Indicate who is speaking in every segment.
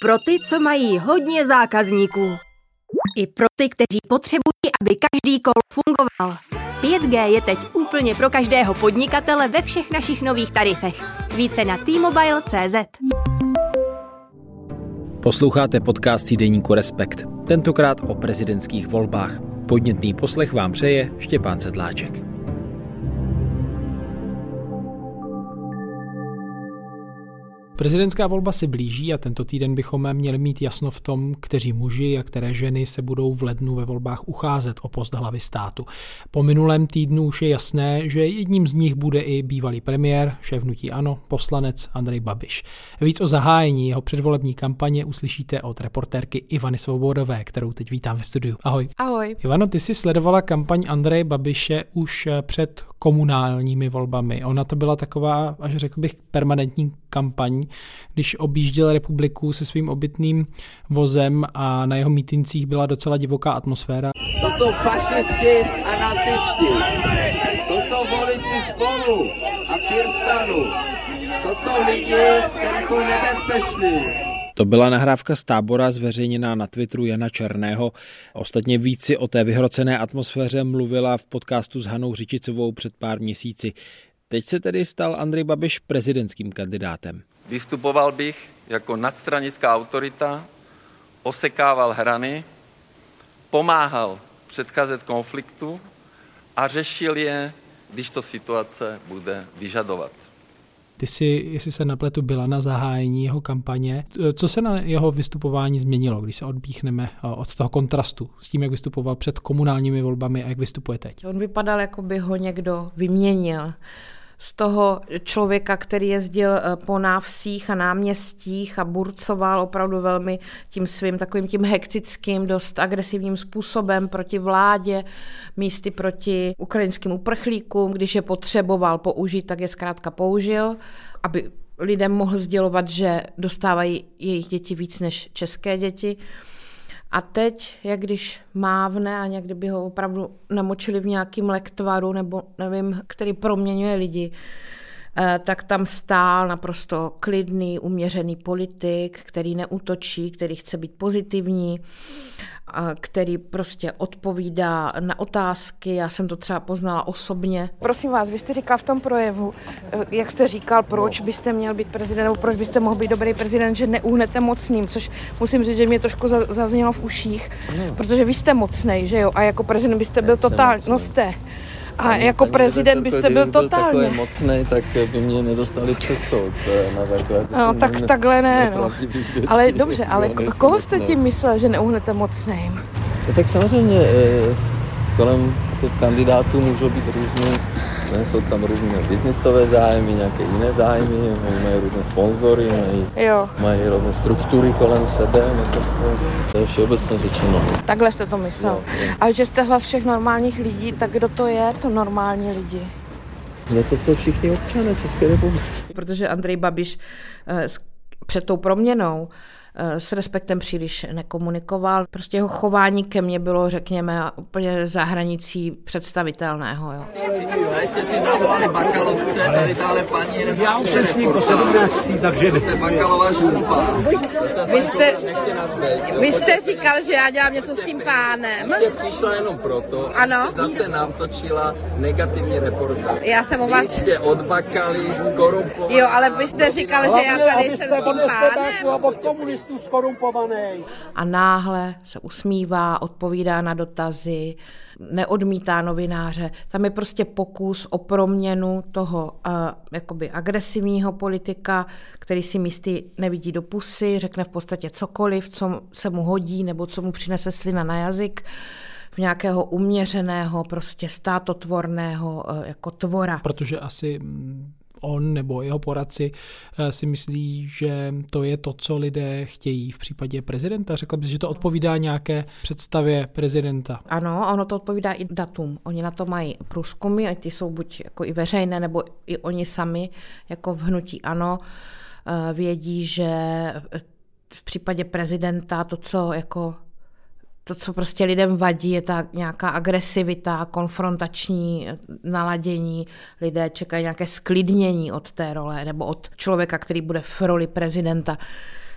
Speaker 1: Pro ty, co mají hodně zákazníků. I pro ty, kteří potřebují, aby každý kol fungoval. 5G je teď úplně pro každého podnikatele ve všech našich nových tarifech. Více na T-Mobile.cz.
Speaker 2: Posloucháte podcast týdeníku Respekt. Tentokrát o prezidentských volbách. Podnětný poslech vám přeje Štěpán Sedláček. Prezidentská volba se blíží a tento týden bychom měli mít jasno v tom, kteří muži a které ženy se budou v lednu ve volbách ucházet o post hlavy státu. Po minulém týdnu už je jasné, že jedním z nich bude i bývalý premiér, šéf hnutí ANO, poslanec Andrej Babiš. Víc o zahájení jeho předvolební kampaně uslyšíte od reportérky Ivany Svobodové, kterou teď vítám ve studiu. Ahoj.
Speaker 3: Ahoj.
Speaker 2: Ivano, ty jsi sledovala kampaň Andreje Babiše už před komunálními volbami. Ona to byla taková, až řekl bych, permanentní kampaň, když objížděl republiku se svým obytným vozem a na jeho mítincích byla docela divoká atmosféra.
Speaker 4: To jsou fašisti a nacisti. To jsou voliči Spolu a Pirstanu. To jsou lidi, kteří jsou nebezpeční.
Speaker 2: To byla nahrávka z tábora zveřejněná na Twitteru Jana Černého. Ostatně víc si o té vyhrocené atmosféře mluvila v podcastu s Hanou Řičicovou před pár měsíci. Teď se tedy stal Andrej Babiš prezidentským kandidátem.
Speaker 4: Vystupoval bych jako nadstranická autorita, osekával hrany, pomáhal předcházet konfliktu a řešil je, když to situace bude vyžadovat.
Speaker 2: Ty jsi, jestli se napletu, byla na zahájení jeho kampaně. Co se na jeho vystupování změnilo, když se odpíchneme od toho kontrastu s tím, jak vystupoval před komunálními volbami a jak vystupuje teď?
Speaker 3: On vypadal, jako by ho někdo vyměnil. Z toho člověka, který jezdil po návsích a náměstích a burcoval opravdu velmi tím svým takovým tím hektickým, dost agresivním způsobem proti vládě, místy proti ukrajinským uprchlíkům, když je potřeboval použít, tak je zkrátka použil, aby lidem mohl sdělovat, že dostávají jejich děti víc než české děti. A teď, jak když mávne a někdy by ho opravdu namočili v nějakým lektvaru nebo nevím, který proměňuje lidi, tak tam stál naprosto klidný, uměřený politik, který neútočí, který chce být pozitivní, který prostě odpovídá na otázky. Já jsem to třeba poznala osobně. Prosím vás, vy jste říkal v tom projevu, jak jste říkal, proč byste měl být prezident, nebo proč byste mohl být dobrý prezident, že neuhnete mocným, což musím říct, že mě trošku zaznělo v uších, protože vy jste mocnej, že jo, a jako prezident byste byl totální, no jste. A jako prezident byste byl totálně.
Speaker 4: Takový mocnej, tak by mě nedostali před soud.
Speaker 3: No, tak takhle ne, no. Ale dobře, ale koho jste tím myslel, že neuhnete mocnejm?
Speaker 4: No, tak samozřejmě kolem těch kandidátů můžou být různé, jsou tam různé biznisové zájmy, nějaké jiné zájmy, mají různé sponzory, mají různé struktury kolem sebe, to je všeobecně řečeno.
Speaker 3: Takhle jste to myslel. Jo. A že jste hlas všech normálních lidí, tak kdo to je, to normální lidi?
Speaker 4: No to jsou všichni občané České republiky.
Speaker 3: Protože Andrej Babiš před tou proměnou s Respektem příliš nekomunikoval. Prostě jeho chování ke mně bylo, řekněme, úplně za hranicí představitelného. Jo.
Speaker 4: Tady jste si zavolali Bakalovce, tady tahle paní je
Speaker 5: já už se s ním takže
Speaker 4: to je Bakalová žumpa.
Speaker 3: Vy jste říkal, že já dělám něco s tím pánem.
Speaker 4: Vy jste přišla jenom proto,
Speaker 3: ano.
Speaker 4: Jste zase nám točila negativní reportáž.
Speaker 3: Já jsem o vás...
Speaker 4: Vy jste od Bakaly skorumpovaná.
Speaker 3: Jo, ale vy jste říkal, že já tady jsem s tím pánem. A náhle se usmívá, odpovídá na dotazy, neodmítá novináře. Tam je prostě pokus o proměnu toho jakoby agresivního politika, který si místy nevidí do pusy, řekne v podstatě cokoliv, co se mu hodí nebo co mu přinese slina na jazyk, v nějakého uměřeného, prostě státotvorného jako tvora.
Speaker 2: Protože asi on nebo jeho poradci si myslí, že to je to, co lidé chtějí v případě prezidenta. Řekla bys, že to odpovídá nějaké představě prezidenta.
Speaker 3: Ano, ono to odpovídá i datum. Oni na to mají průzkumy, a ty jsou buď jako i veřejné, nebo i oni sami, jako v hnutí ANO, vědí, že v případě prezidenta to, co prostě lidem vadí, je ta nějaká agresivita, konfrontační naladění. Lidé čekají nějaké sklidnění od té role nebo od člověka, který bude v roli prezidenta.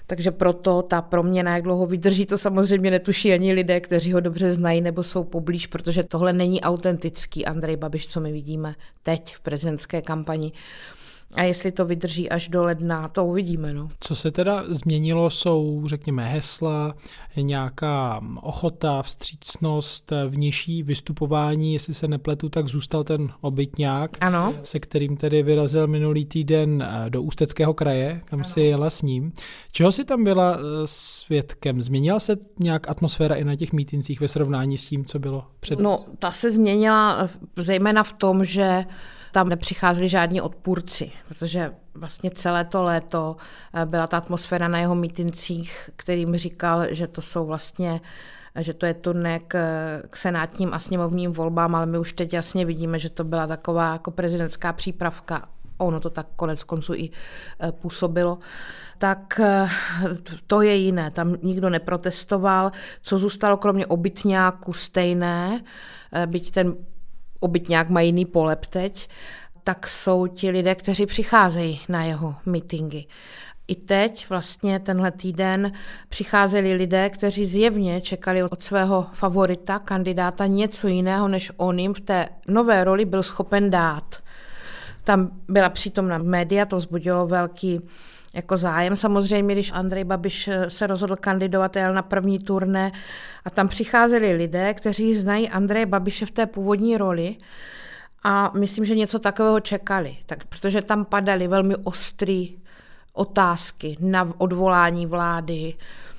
Speaker 3: Takže proto ta proměna, jak dlouho vydrží, to samozřejmě netuší ani lidé, kteří ho dobře znají nebo jsou poblíž, protože tohle není autentický Andrej Babiš, co my vidíme teď v prezidentské kampani. A jestli to vydrží až do ledna, to uvidíme. No.
Speaker 2: Co se teda změnilo, jsou, řekněme, hesla, nějaká ochota, vstřícnost, vnější vystupování, jestli se nepletu, tak zůstal ten obytňák,
Speaker 3: ano.
Speaker 2: Se kterým tedy vyrazil minulý týden do Ústeckého kraje, kam si jela s ním. Čeho si tam byla svědkem? Změnila se nějak atmosféra i na těch mítincích ve srovnání s tím, co bylo před?
Speaker 3: No, ta se změnila zejména v tom, že tam nepřicházeli žádní odpůrci, protože vlastně celé to léto byla ta atmosféra na jeho mítincích, kterým říkal, že to jsou vlastně, že to je turné k senátním a sněmovním volbám, ale my už teď jasně vidíme, že to byla taková jako prezidentská přípravka. Ono to tak konec konců i působilo. Tak to je jiné, tam nikdo neprotestoval, co zůstalo kromě obytňáku stejné, byť ten obytňák má jiný polep teď, tak jsou ti lidé, kteří přicházejí na jeho mítingy. I teď vlastně tenhle týden přicházeli lidé, kteří zjevně čekali od svého favorita, kandidáta, něco jiného, než on jim v té nové roli byl schopen dát. Tam byla přítomna média, to vzbudilo velký jako zájem. Samozřejmě, když Andrej Babiš se rozhodl kandidovat, jel na první turné a tam přicházeli lidé, kteří znají Andreje Babiše v té původní roli a myslím, že něco takového čekali, tak, protože tam padaly velmi ostré otázky na odvolání vlády,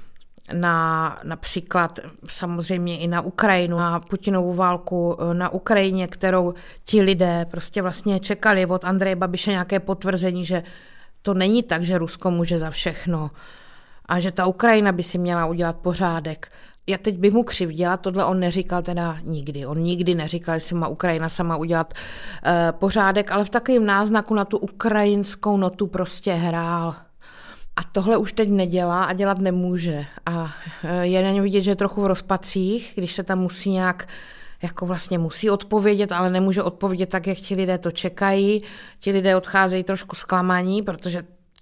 Speaker 3: například samozřejmě i na Ukrajinu, na Putinovu válku na Ukrajině, kterou ti lidé prostě vlastně čekali od Andreje Babiše nějaké potvrzení, že to není tak, že Rusko může za všechno a že ta Ukrajina by si měla udělat pořádek. Já teď bych mu křivděla, tohle on neříkal teda nikdy. On nikdy neříkal, že si má Ukrajina sama udělat pořádek, ale v takovém náznaku na tu ukrajinskou notu prostě hrál. A tohle už teď nedělá a dělat nemůže. A je na něm vidět, že je trochu v rozpacích, když se tam musí nějak jako vlastně musí odpovědět, ale nemůže odpovědět tak, jak ti lidé to čekají. Ti lidé odcházejí trošku zklamaní, protože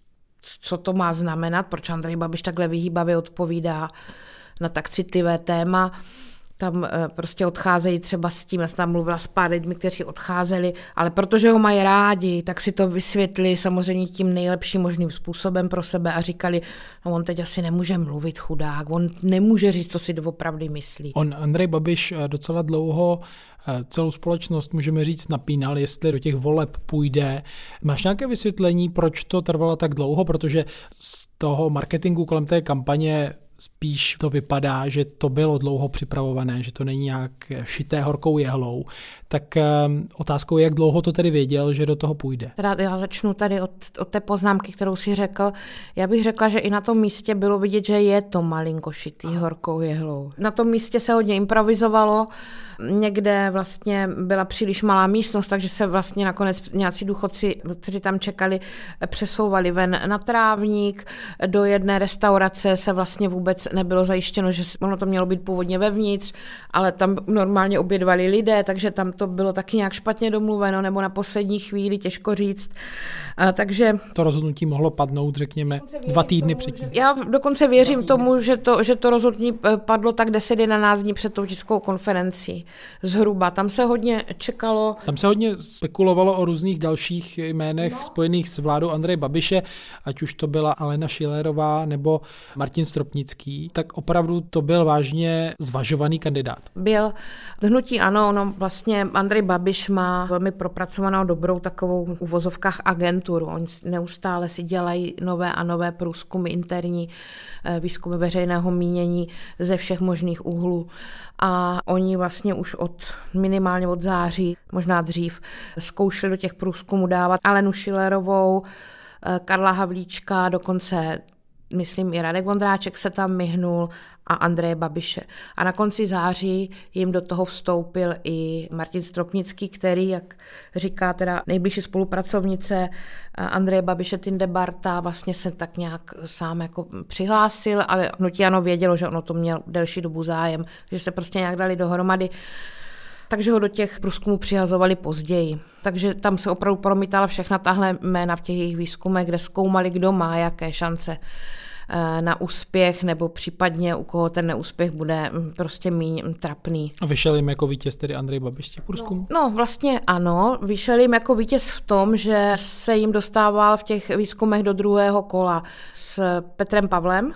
Speaker 3: co to má znamenat, proč Andrej Babiš takhle vyhýbavě odpovídá na tak citlivé téma. Tam prostě odcházejí třeba s tím, já jsem tam mluvila s pár lidmi, kteří odcházeli, ale protože ho mají rádi, tak si to vysvětli samozřejmě tím nejlepším možným způsobem pro sebe a říkali, no on teď asi nemůže mluvit, chudák, on nemůže říct, co si doopravdy myslí.
Speaker 2: Andrej Babiš docela dlouho celou společnost, můžeme říct, napínal, jestli do těch voleb půjde. Máš nějaké vysvětlení, proč to trvalo tak dlouho, protože z toho marketingu kolem té kampaně spíš to vypadá, že to bylo dlouho připravované, že to není nějak šité horkou jehlou. Tak otázkou je, jak dlouho to tedy věděl, že do toho půjde.
Speaker 3: Teda já začnu tady od té poznámky, kterou si řekl. Já bych řekla, že i na tom místě bylo vidět, že je to malinko šitý horkou jehlou. Na tom místě se hodně improvizovalo, někde vlastně byla příliš malá místnost, takže se vlastně nakonec nějací důchodci, kteří tam čekali, přesouvali ven na trávník. Do jedné restaurace se vlastně vůbec nebylo zajištěno, že ono to mělo být původně vevnitř, ale tam normálně obědvali lidé, takže tam to bylo taky nějak špatně domluveno, nebo na poslední chvíli, těžko říct. Takže
Speaker 2: to rozhodnutí mohlo padnout, řekněme, 2 týdny předtím.
Speaker 3: Já dokonce věřím tomu, že to rozhodnutí padlo tak 10-11 dní před tou tiskovou konferencí. Zhruba. Tam se hodně čekalo.
Speaker 2: Tam se hodně spekulovalo o různých dalších jménech spojených s vládou Andreje Babiše, ať už to byla Alena Schillerová nebo Martin Stropnický, tak opravdu to byl vážně zvažovaný kandidát. Byl
Speaker 3: hnutí ANO, no vlastně Andrej Babiš má velmi propracovanou dobrou takovou v uvozovkách agenturu. Oni neustále si dělají nové a nové průzkumy interní, výzkumy veřejného mínění ze všech možných úhlů. A oni vlastně už minimálně od září, možná dřív, zkoušeli do těch průzkumů dávat Alenu Schillerovou, Karla Havlíčka, dokonce myslím i Radek Vondráček se tam myhnul a Andreje Babiše. A na konci září jim do toho vstoupil i Martin Stropnický, který, jak říká teda nejbližší spolupracovnice Andreje Babiše Tindebarta, vlastně se tak nějak sám jako přihlásil, ale hnutí ANO vědělo, že ono to měl delší dobu zájem, že se prostě nějak dali dohromady. Takže ho do těch průzkumů přihazovali později. Takže tam se opravdu promítala všechna tahle jména v těch jejich výzkumech, kde zkoumali, kdo má jaké šance na úspěch, nebo případně u koho ten neúspěch bude prostě míň trapný.
Speaker 2: A vyšel jim jako vítěz tedy Andrej Babiš z těch průzkumů?
Speaker 3: No vlastně ano, vyšel jim jako vítěz v tom, že se jim dostával v těch výzkumech do druhého kola s Petrem Pavlem.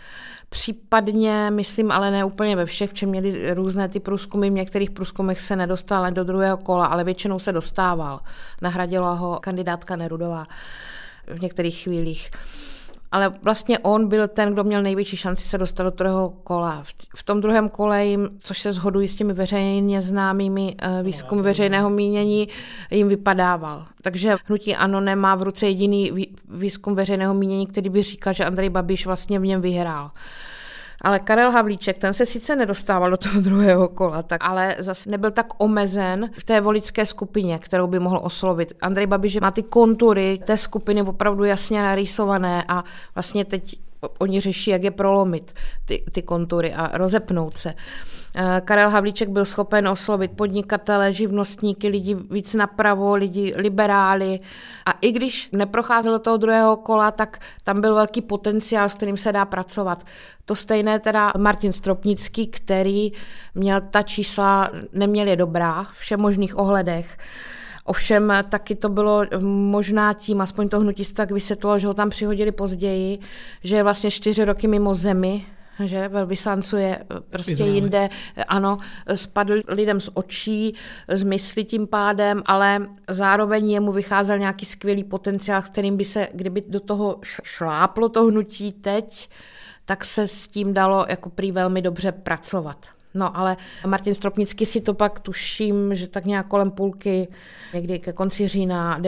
Speaker 3: Případně, myslím, ale ne úplně ve všech, protože měli různé ty průzkumy, v některých průzkumech se nedostal do druhého kola, ale většinou se dostával. Nahradila ho kandidátka Nerudová v některých chvílích. Ale vlastně on byl ten, kdo měl největší šanci se dostat do druhého kola. V tom druhém kole jim, což se shodují s těmi veřejně známými výzkumy veřejného mínění, jim vypadával. Takže hnutí ANO nemá v ruce jediný výzkum veřejného mínění, který by říkal, že Andrej Babiš vlastně v něm vyhrál. Ale Karel Havlíček, ten se sice nedostával do toho druhého kola, ale zase nebyl tak omezen v té voličské skupině, kterou by mohl oslovit. Andrej Babiš má ty kontury té skupiny opravdu jasně narýsované a vlastně teď oni řeší, jak je prolomit ty kontury a rozepnout se. Karel Havlíček byl schopen oslovit podnikatele, živnostníky, lidi víc napravo, lidi liberály a i když neprocházel do toho druhého kola, tak tam byl velký potenciál, s kterým se dá pracovat. To stejné teda Martin Stropnický, který měl ta čísla, neměl je dobrá v všemožných ohledech. Ovšem taky to bylo možná tím, aspoň to hnutí se tak vysvětlilo, že ho tam přihodili později, že je vlastně 4 roky mimo zemi, že velvyslancuje prostě Izraeli. Jinde, ano, spadl lidem z očí, z mysli tím pádem, ale zároveň jemu vycházel nějaký skvělý potenciál, s kterým by se, kdyby do toho šláplo to hnutí teď, tak se s tím dalo jako prý velmi dobře pracovat. No ale Martin Stropnický si to pak tuším, že tak nějak kolem půlky, někdy ke konci října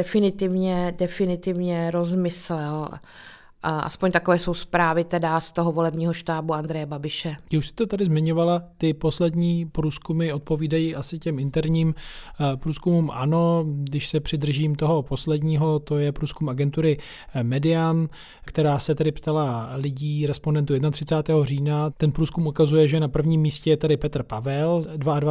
Speaker 3: definitivně rozmyslel. Aspoň takové jsou zprávy teda z toho volebního štábu Andreje Babiše.
Speaker 2: Už jsi to tady zmiňovala, ty poslední průzkumy odpovídají asi těm interním průzkumům. Ano, když se přidržím toho posledního, to je průzkum agentury Median, která se tedy ptala lidí, respondentů 31. října. Ten průzkum ukazuje, že na prvním místě je tady Petr Pavel,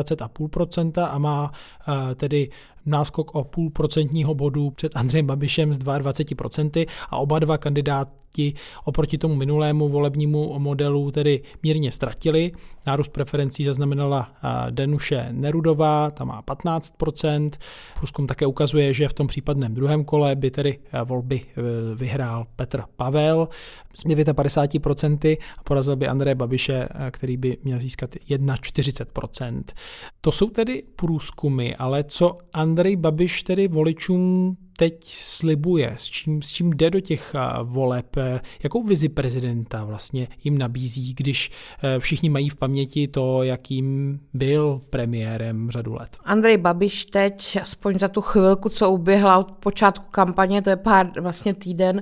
Speaker 2: 22,5% a má tedy náskok o 0,5% bodu před Andrejem Babišem z 22% a oba dva kandidáti oproti tomu minulému volebnímu modelu tedy mírně ztratili. Nárůst preferencí zaznamenala Danuše Nerudová, ta má 15%. Průzkum také ukazuje, že v tom případném druhém kole by tedy volby vyhrál Petr Pavel s 59% a porazil by Andreje Babiše, který by měl získat 41%. To jsou tedy průzkumy, ale co Andrej Babiš tedy voličům teď slibuje, s čím jde do těch voleb, jakou vizi prezidenta vlastně jim nabízí, když všichni mají v paměti to, jakým byl premiérem řadu let.
Speaker 3: Andrej Babiš teď, aspoň za tu chvilku, co uběhla od počátku kampaně, to je vlastně týden,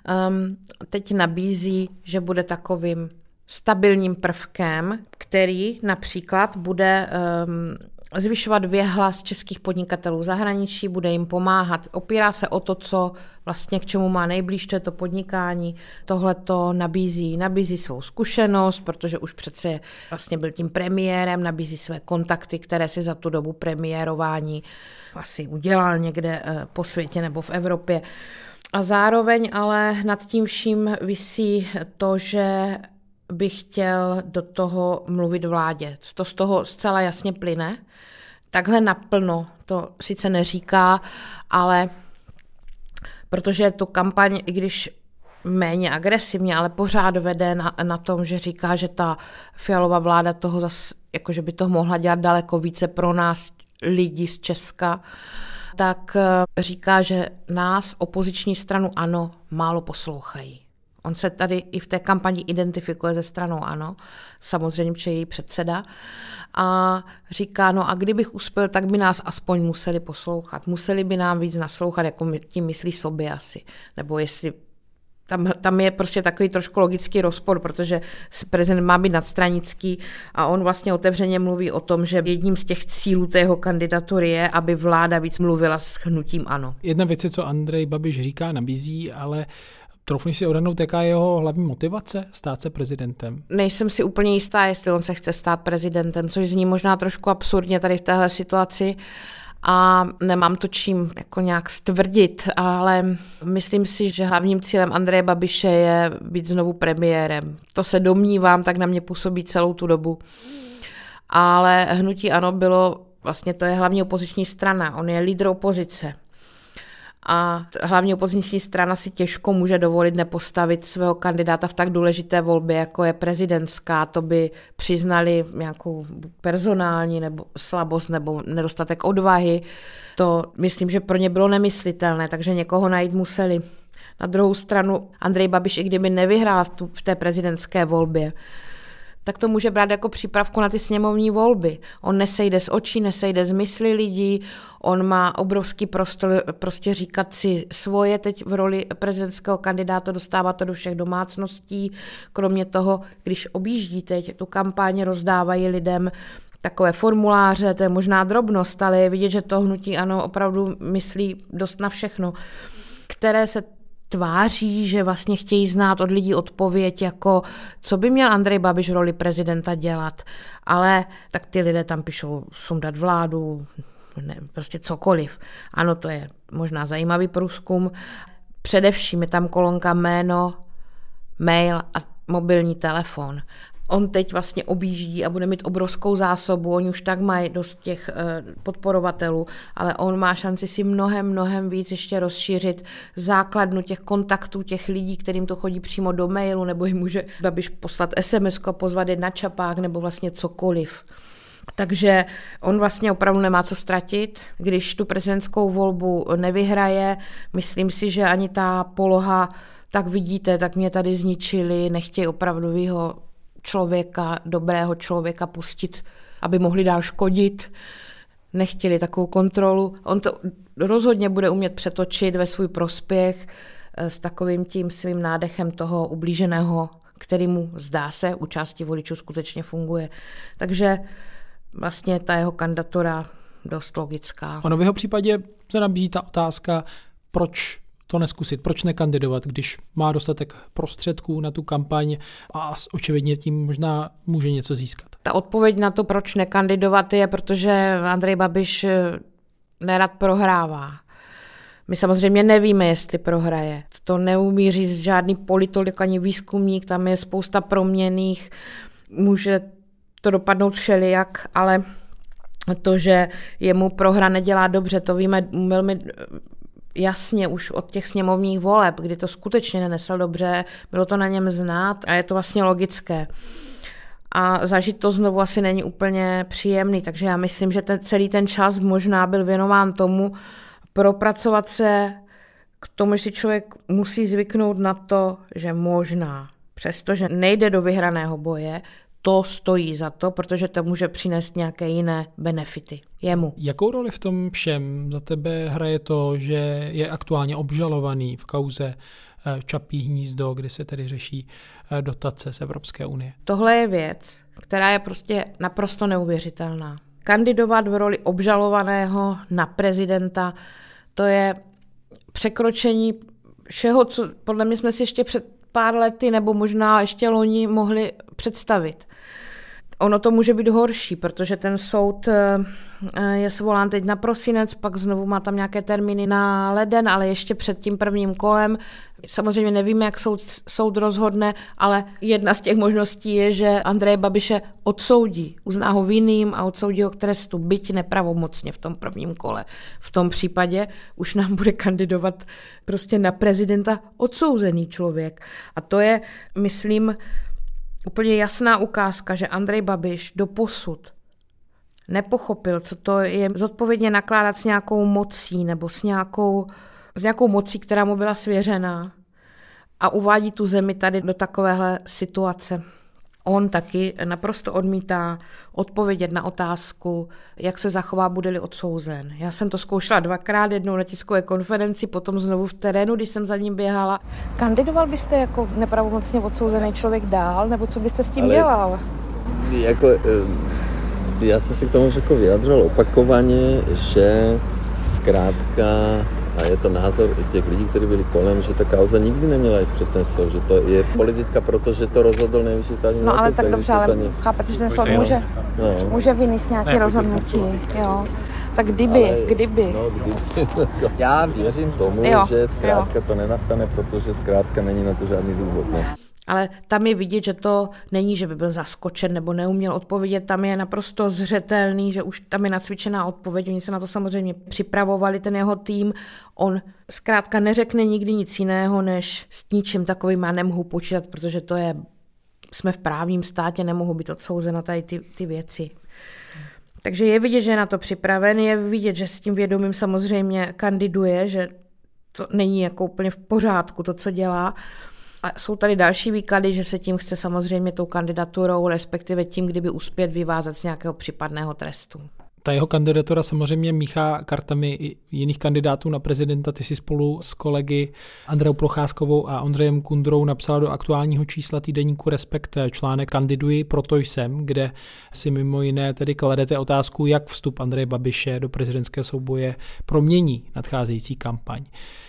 Speaker 3: teď nabízí, že bude takovým stabilním prvkem, který například bude zvyšovat věhlas českých podnikatelů v zahraničí, bude jim pomáhat. Opírá se o to, co vlastně k čemu má nejblíž, to je to podnikání. Tohle to nabízí svou zkušenost, protože už přece vlastně byl tím premiérem, nabízí své kontakty, které si za tu dobu premiérování asi udělal někde po světě nebo v Evropě. A zároveň ale nad tím vším visí to, že by chtěl do toho mluvit vládě. To z toho zcela jasně plyne. Takhle naplno to sice neříká, ale protože tu kampaň, i když méně agresivně, ale pořád vede na tom, že říká, že ta Fialova vláda toho zase, jakože by to mohla dělat daleko více pro nás lidi z Česka, tak říká, že nás, opoziční stranu ANO, málo poslouchají. On se tady i v té kampani identifikuje ze stranou ANO, samozřejmě, že je její předseda, a říká, no a kdybych uspěl, tak by nás aspoň museli poslouchat, museli by nám víc naslouchat, jako tím myslí sobě asi, nebo jestli tam je prostě takový trošku logický rozpor, protože prezident má být nadstranický a on vlastně otevřeně mluví o tom, že jedním z těch cílů té jeho kandidatury je, aby vláda víc mluvila s hnutím ANO.
Speaker 2: Jedna věc je, co Andrej Babiš říká, nabízí, ale troufneš si odhadnout, jaká je jeho hlavní motivace stát se prezidentem?
Speaker 3: Nejsem si úplně jistá, jestli on se chce stát prezidentem, což zní možná trošku absurdně tady v téhle situaci, a nemám to čím jako nějak stvrdit, ale myslím si, že hlavním cílem Andreje Babiše je být znovu premiérem. To se domnívám, tak na mě působí celou tu dobu. Ale hnutí ANO bylo, vlastně to je hlavní opoziční strana, on je lídr opozice. A hlavní opoziční strana si těžko může dovolit nepostavit svého kandidáta v tak důležité volbě, jako je prezidentská. To by přiznali nějakou personální nebo slabost nebo nedostatek odvahy. To myslím, že pro ně bylo nemyslitelné, takže někoho najít museli. Na druhou stranu Andrej Babiš, i kdyby nevyhrál v té prezidentské volbě, tak to může brát jako přípravku na ty sněmovní volby. On nesejde z očí, nesejde z mysli lidí, on má obrovský prostor prostě říkat si svoje teď v roli prezidentského kandidáta, dostává to do všech domácností. Kromě toho, když objíždí teď tu kampaň, rozdávají lidem takové formuláře, to je možná drobnost, ale je vidět, že to hnutí ANO opravdu myslí dost na všechno, které se tváří, že vlastně chtějí znát od lidí odpověď, jako co by měl Andrej Babiš v roli prezidenta dělat. Ale tak ty lidé tam píšou sundat vládu, ne, prostě cokoliv. Ano, to je možná zajímavý průzkum. Především je tam kolonka jméno, mail a mobilní telefon. On teď vlastně objíždí a bude mít obrovskou zásobu, oni už tak mají dost těch podporovatelů, ale on má šanci si mnohem víc ještě rozšířit základnu těch kontaktů těch lidí, kterým to chodí přímo do mailu, nebo jim může Babiš poslat SMS a pozvat je na čapák, nebo vlastně cokoliv. Takže on vlastně opravdu nemá co ztratit, když tu prezidentskou volbu nevyhraje. Myslím si, že ani ta poloha, tak vidíte, tak mě tady zničili, nechtějí opravdovýho člověka, dobrého člověka pustit, aby mohli dál škodit. Nechtěli takovou kontrolu. On to rozhodně bude umět přetočit ve svůj prospěch s takovým tím svým nádechem toho ublíženého, který mu zdá se u části voličů skutečně funguje. Takže vlastně ta jeho kandidatura dost logická.
Speaker 2: Ono v jeho případě se nabízí ta otázka, proč to neskusit, proč nekandidovat, když má dostatek prostředků na tu kampaň a očividně tím možná může něco získat.
Speaker 3: Ta odpověď na to, proč nekandidovat, je, protože Andrej Babiš nerad prohrává. My samozřejmě nevíme, jestli prohraje. To neumí říct žádný politolog ani výzkumník, tam je spousta proměnných, může to dopadnout všelijak, ale to, že jemu prohra nedělá dobře, to víme velmi jasně už od těch sněmovních voleb, kdy to skutečně nenesl dobře, bylo to na něm znát a je to vlastně logické. A zažít to znovu asi není úplně příjemný, takže já myslím, že celý ten čas možná byl věnován tomu propracovat se k tomu, že si člověk musí zvyknout na to, že možná, přestože nejde do vyhraného boje, to stojí za to, protože to může přinést nějaké jiné benefity jemu.
Speaker 2: Jakou roli v tom všem za tebe hraje to, že je aktuálně obžalovaný v kauze Čapí hnízdo, kdy se tedy řeší dotace z Evropské unie?
Speaker 3: Tohle je věc, která je prostě naprosto neuvěřitelná. Kandidovat v roli obžalovaného na prezidenta, to je překročení všeho, co podle mě jsme si ještě před pár lety nebo možná ještě loni mohli představit. Ono to může být horší, protože ten soud je svolán teď na prosinec, pak znovu má tam nějaké termíny na leden, ale ještě před tím prvním kolem. Samozřejmě nevíme, jak soud rozhodne, ale jedna z těch možností je, že Andreje Babiše odsoudí, uzná ho vinným a odsoudí ho k trestu, byť nepravomocně v tom prvním kole. V tom případě už nám bude kandidovat prostě na prezidenta odsouzený člověk. A to je, myslím, úplně jasná ukázka, že Andrej Babiš doposud nepochopil, co to je zodpovědně nakládat s nějakou mocí nebo s nějakou mocí, která mu byla svěřená a uvádí tu zemi tady do takovéhle situace. On taky naprosto odmítá odpovědět na otázku, jak se zachová, bude-li odsouzen. Já jsem to zkoušela dvakrát, jednou na tiskové konferenci, potom znovu v terénu, když jsem za ním běhala. Kandidoval byste jako nepravomocně odsouzený člověk dál, nebo co byste s tím dělal?
Speaker 4: Já jsem se k tomu jako vyjadřoval opakovaně, že zkrátka, a je to názor i těch lidí, kteří byli kolem, že ta kauza nikdy neměla jít před ten soud, že to je politická, protože to rozhodl Nejvyšší státní
Speaker 3: zástupce. No ale tak dobře, ale chápete, že ten soud může vynést nějaké rozhodnutí. Jo. Tak kdyby.
Speaker 4: Já věřím tomu, že zkrátka to nenastane, protože zkrátka není na to žádný důvod. Ne?
Speaker 3: Ale tam je vidět, že to není, že by byl zaskočen nebo neuměl odpovědět, tam je naprosto zřetelný, že už tam je nacvičená odpověď, oni se na to samozřejmě připravovali, ten jeho tým, on zkrátka neřekne nikdy nic jiného, než s ničím takovým já nemohu počítat, protože to je, jsme v právním státě, nemohu být odsouzena tady ty věci. Takže je vidět, že je na to připraven, je vidět, že s tím vědomím samozřejmě kandiduje, že to není jako úplně v pořádku to, co dělá. A jsou tady další výklady, že se tím chce samozřejmě tou kandidaturou, respektive tím, kdyby uspět, vyvázat z nějakého případného trestu.
Speaker 2: Ta jeho kandidatura samozřejmě míchá kartami i jiných kandidátů na prezidenta. Ty si spolu s kolegy Andreou Procházkovou a Ondřejem Kundrou napsala do aktuálního čísla týdeníku Respekt článek Kandiduji, proto jsem, kde si mimo jiné tedy kladete otázku, jak vstup Andreje Babiše do prezidentského souboje promění nadcházející kampaň.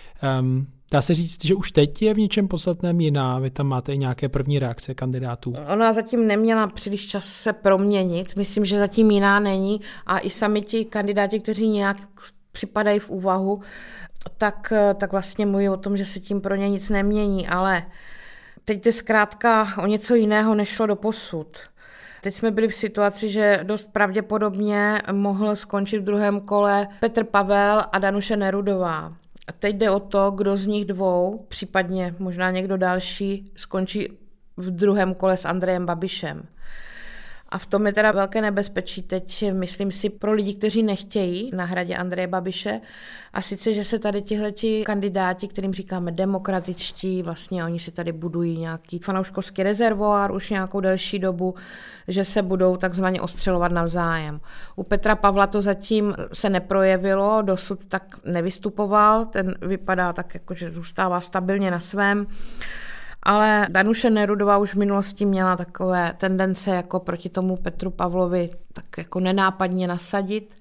Speaker 2: Dá se říct, že už teď je v něčem podstatném jiná, vy tam máte i nějaké první reakce kandidátů.
Speaker 3: Ona zatím neměla příliš čas se proměnit, myslím, že zatím jiná není a i sami ti kandidáti, kteří nějak připadají v úvahu, tak vlastně mluví o tom, že se tím pro ně nic nemění, ale teď je zkrátka o něco jiného nešlo doposud. Teď jsme byli v situaci, že dost pravděpodobně mohl skončit v druhém kole Petr Pavel a Danuše Nerudová. A teď jde o to, kdo z nich dvou, případně možná někdo další, skončí v druhém kole s Andrejem Babišem. A v tom je teda velké nebezpečí teď, myslím si, pro lidi, kteří nechtějí na hradě Andreje Babiše. A sice, že se tady tihleti kandidáti, kterým říkáme demokratičtí, vlastně oni si tady budují nějaký fanouškovský rezervoár už nějakou delší dobu, že se budou takzvaně ostřelovat navzájem. U Petra Pavla to zatím se neprojevilo, dosud tak nevystupoval, ten vypadá tak, jako, že zůstává stabilně na svém. Ale Danuše Nerudová už v minulosti měla takové tendence jako proti tomu Petru Pavlovi tak jako nenápadně nasadit.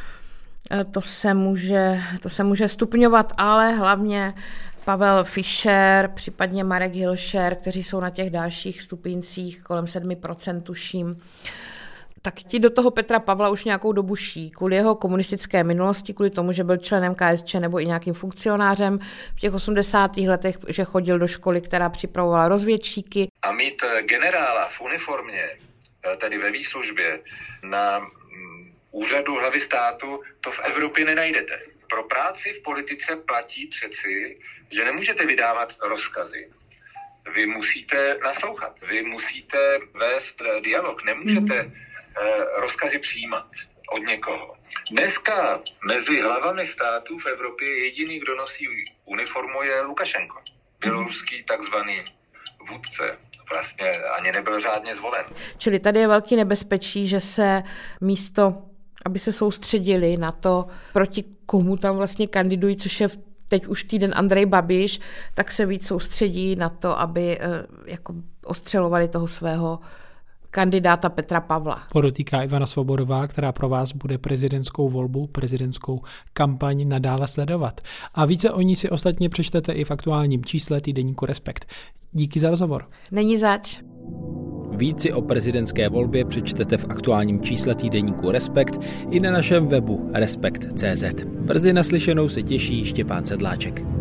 Speaker 3: To se může stupňovat, ale hlavně Pavel Fischer, případně Marek Hilšer, kteří jsou na těch dalších stupíncích kolem 7%, tuším, tak ti do toho Petra Pavla už nějakou dobu ší. Kvůli jeho komunistické minulosti, kvůli tomu, že byl členem KSČ nebo i nějakým funkcionářem v těch 80. letech, že chodil do školy, která připravovala rozvědčíky.
Speaker 6: A mít generála v uniformě, tedy ve výslužbě, na úřadu hlavy státu, to v Evropě nenajdete. Pro práci v politice platí přeci, že nemůžete vydávat rozkazy. Vy musíte naslouchat, vy musíte vést dialog, nemůžete rozkazy přijímat od někoho. Dneska mezi hlavami států v Evropě jediný, kdo nosí uniformu, je Lukašenko. Běloruský takzvaný vůdce. Vlastně ani nebyl řádně zvolen.
Speaker 3: Čili tady je velký nebezpečí, že se místo, aby se soustředili na to, proti komu tam vlastně kandidují, což je teď už týden Andrej Babiš, tak se víc soustředí na to, aby jako ostřelovali toho svého kandidáta Petra Pavla.
Speaker 2: Podotýká Ivana Svobodová, která pro vás bude prezidentskou volbu, prezidentskou kampaň nadále sledovat. A více o ní si ostatně přečtete i v aktuálním čísle týdeníku Respekt. Díky za rozhovor.
Speaker 3: Není zač.
Speaker 7: Víci o prezidentské volbě přečtete v aktuálním čísle týdeníku Respekt i na našem webu respekt.cz. Brzy naslyšenou se těší Štěpán Sedláček.